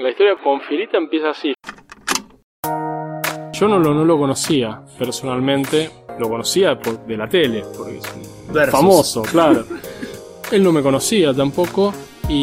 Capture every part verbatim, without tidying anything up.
La historia con Fierita empieza así. Yo no lo, no lo conocía personalmente, lo conocía por, de la tele, porque es un Versus. famoso, claro. Él no me conocía tampoco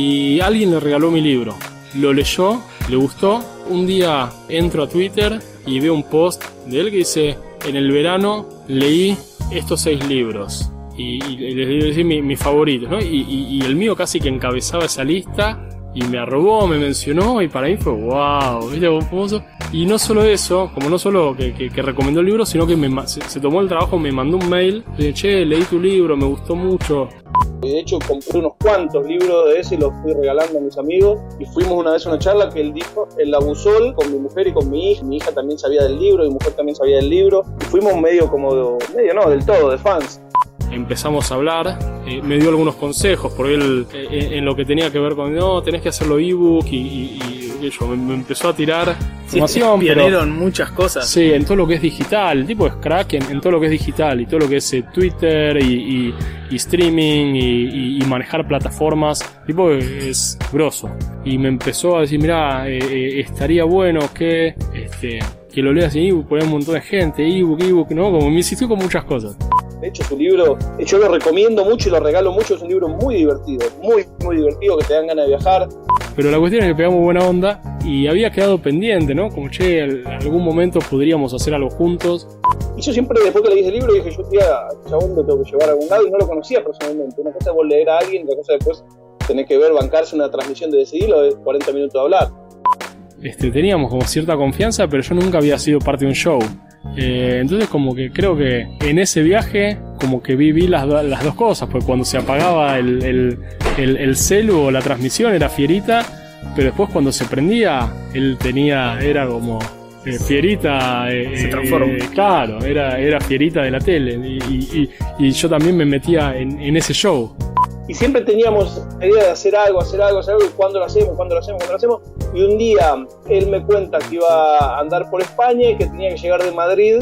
y alguien le regaló mi libro. Lo leyó, le gustó. Un día entro a Twitter y veo un post de él que dice: en el verano leí estos seis libros. Y, y les digo decir mis mi favoritos, ¿no? Y, y, y el mío casi que encabezaba esa lista. Y me arrobó, me mencionó y para mí fue wow, ¿viste? Famoso. Y no solo eso, como no solo que, que, que recomendó el libro, sino que me, se, se tomó el trabajo, me mandó un mail, de che, leí tu libro, me gustó mucho. Y de hecho compré unos cuantos libros de ese y los fui regalando a mis amigos. Y fuimos una vez a una charla que él dijo en la Busol con mi mujer y con mi hija. Mi hija también sabía del libro, mi mujer también sabía del libro. Y fuimos medio como, de, medio no, del todo, de fans. Empezamos a hablar, eh, me dio algunos consejos, porque él eh, en lo que tenía que ver con, no, tenés que hacerlo ebook y, y, y yo, me, me empezó a tirar información. Sí, pionero en muchas cosas. Sí, en todo lo que es digital, el tipo es crack en, en todo lo que es digital y todo lo que es eh, Twitter y, y, y streaming y, y, y manejar plataformas, el tipo es grosso. Y me empezó a decir, mirá, eh, eh, estaría bueno que, este, que lo leas en ebook, porque hay un montón de gente, ebook, ebook, ¿no? Como me insistió con muchas cosas. De hecho, su libro, yo lo recomiendo mucho y lo regalo mucho, es un libro muy divertido, muy, muy divertido, que te dan ganas de viajar. Pero la cuestión es que pegamos buena onda y había quedado pendiente, ¿no? Como, che, en algún momento podríamos hacer algo juntos. Y yo siempre, después que leí ese libro, dije, yo un día a chabón lo tengo que llevar a algún lado y no lo conocía personalmente. Una cosa es vos leer a alguien, otra cosa después tenés que ver, bancarse una transmisión de decidirlo de cuarenta minutos de hablar. Este, teníamos como cierta confianza, pero yo nunca había sido parte de un show. Eh, entonces como que creo que en ese viaje como que viví las, las dos cosas, porque cuando se apagaba el, el, el, el celu o la transmisión era Fierita, pero después cuando se prendía él tenía, era como eh, Fierita, eh, se transformó. Eh, claro, era, era Fierita de la tele y, y, y, y yo también me metía en, en ese show. Y siempre teníamos la idea de hacer algo, hacer algo, hacer algo, y cuándo lo hacemos, cuándo lo hacemos, cuándo lo hacemos. Y un día él me cuenta que iba a andar por España y que tenía que llegar de Madrid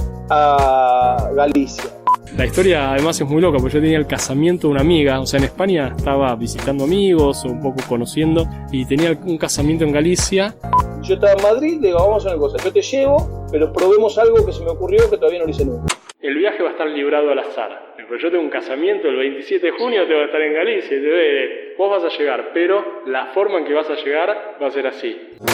a Galicia. La historia además es muy loca, porque yo tenía el casamiento de una amiga, o sea, en España estaba visitando amigos o un poco conociendo, y tenía un casamiento en Galicia. Yo estaba en Madrid, le digo, vamos a hacer una cosa, yo te llevo, pero probemos algo que se me ocurrió que todavía no lo hice nunca. El viaje va a estar librado al azar. Pero yo tengo un casamiento el veintisiete de junio, tengo que estar en Galicia, y te ve, vos vas a llegar, pero la forma en que vas a llegar va a ser así.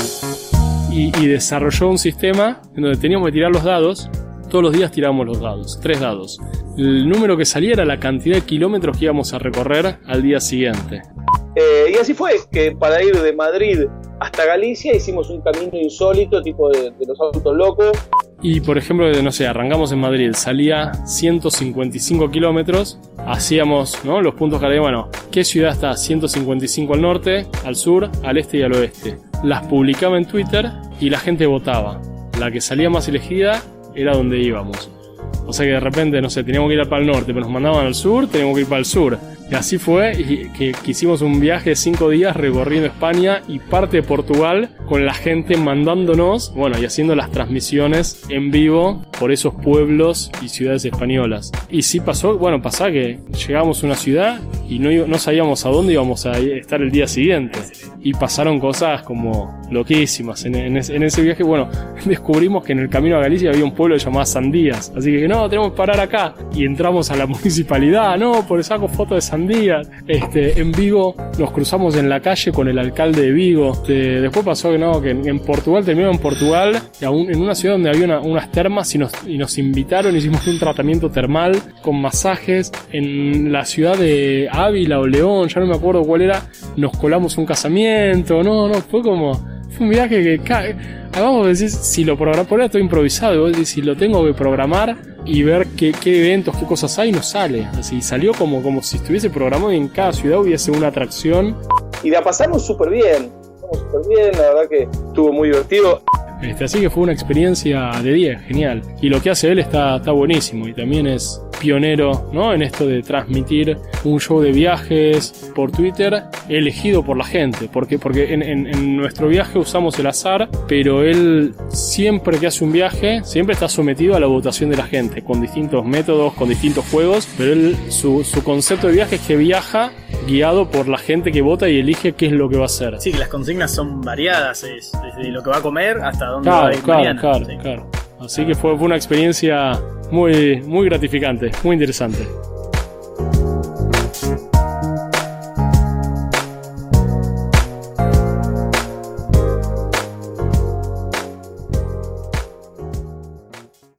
Y, y desarrolló un sistema en donde teníamos que tirar los dados. Todos los días tirábamos los dados, tres dados. El número que salía era la cantidad de kilómetros que íbamos a recorrer al día siguiente. Eh, y así fue, que para ir de Madrid hasta Galicia hicimos un camino insólito, tipo de, de los autos locos. Y por ejemplo, no sé, arrancamos en Madrid, salía ciento cincuenta y cinco kilómetros, hacíamos, ¿no?, los puntos que había, bueno, ¿qué ciudad está a ciento cincuenta y cinco al norte, al sur, al este y al oeste? Las publicaba en Twitter y la gente votaba. La que salía más elegida era donde íbamos. O sea que de repente, no sé, teníamos que ir para el norte, pero nos mandaban al sur, teníamos que ir para el sur. Y así fue, y que, que hicimos un viaje de cinco días recorriendo España y parte de Portugal, con la gente mandándonos, bueno, y haciendo las transmisiones en vivo por esos pueblos y ciudades españolas. Y sí pasó, bueno, pasaba que llegábamos a una ciudad y no, no sabíamos a dónde íbamos a estar el día siguiente. Y pasaron cosas como loquísimas en, en, ese, en ese viaje. Bueno, descubrimos que en el camino a Galicia había un pueblo llamado Sandías. Así que no, tenemos que parar acá. Y entramos a la municipalidad, no, por saco fotos de Sandías. Este, en Vigo nos cruzamos en la calle con el alcalde de Vigo. Este, después pasó que no, que en, en Portugal, terminamos en Portugal, y aún en una ciudad donde había una, unas termas y nos, y nos invitaron, hicimos un tratamiento termal con masajes. En la ciudad de Ávila o León, ya no me acuerdo cuál era, nos colamos un casamiento. No, no, fue como, fue un viaje que cae. Vamos a decir, si lo programamos, por ahora estoy improvisado, vos decís, si lo tengo que programar y ver qué, qué eventos, qué cosas hay, no sale. Así salió como, como si estuviese programado y en cada ciudad hubiese una atracción. Y la pasamos súper bien, pasamos súper bien, la verdad que estuvo muy divertido. Este, así que fue una experiencia de diez, genial. Y lo que hace él está, está buenísimo, y también es pionero, ¿no?, en esto de transmitir un show de viajes por Twitter elegido por la gente, porque, porque en, en, en nuestro viaje usamos el azar, pero él siempre que hace un viaje siempre está sometido a la votación de la gente, con distintos métodos, con distintos juegos, pero él, su, su concepto de viaje es que viaja guiado por la gente que vota y elige qué es lo que va a hacer. Sí, que las consignas son variadas, es desde lo que va a comer hasta dónde claro, va a ir claro, mañana. Claro, sí. claro. Así que fue, fue una experiencia muy, muy gratificante, muy interesante.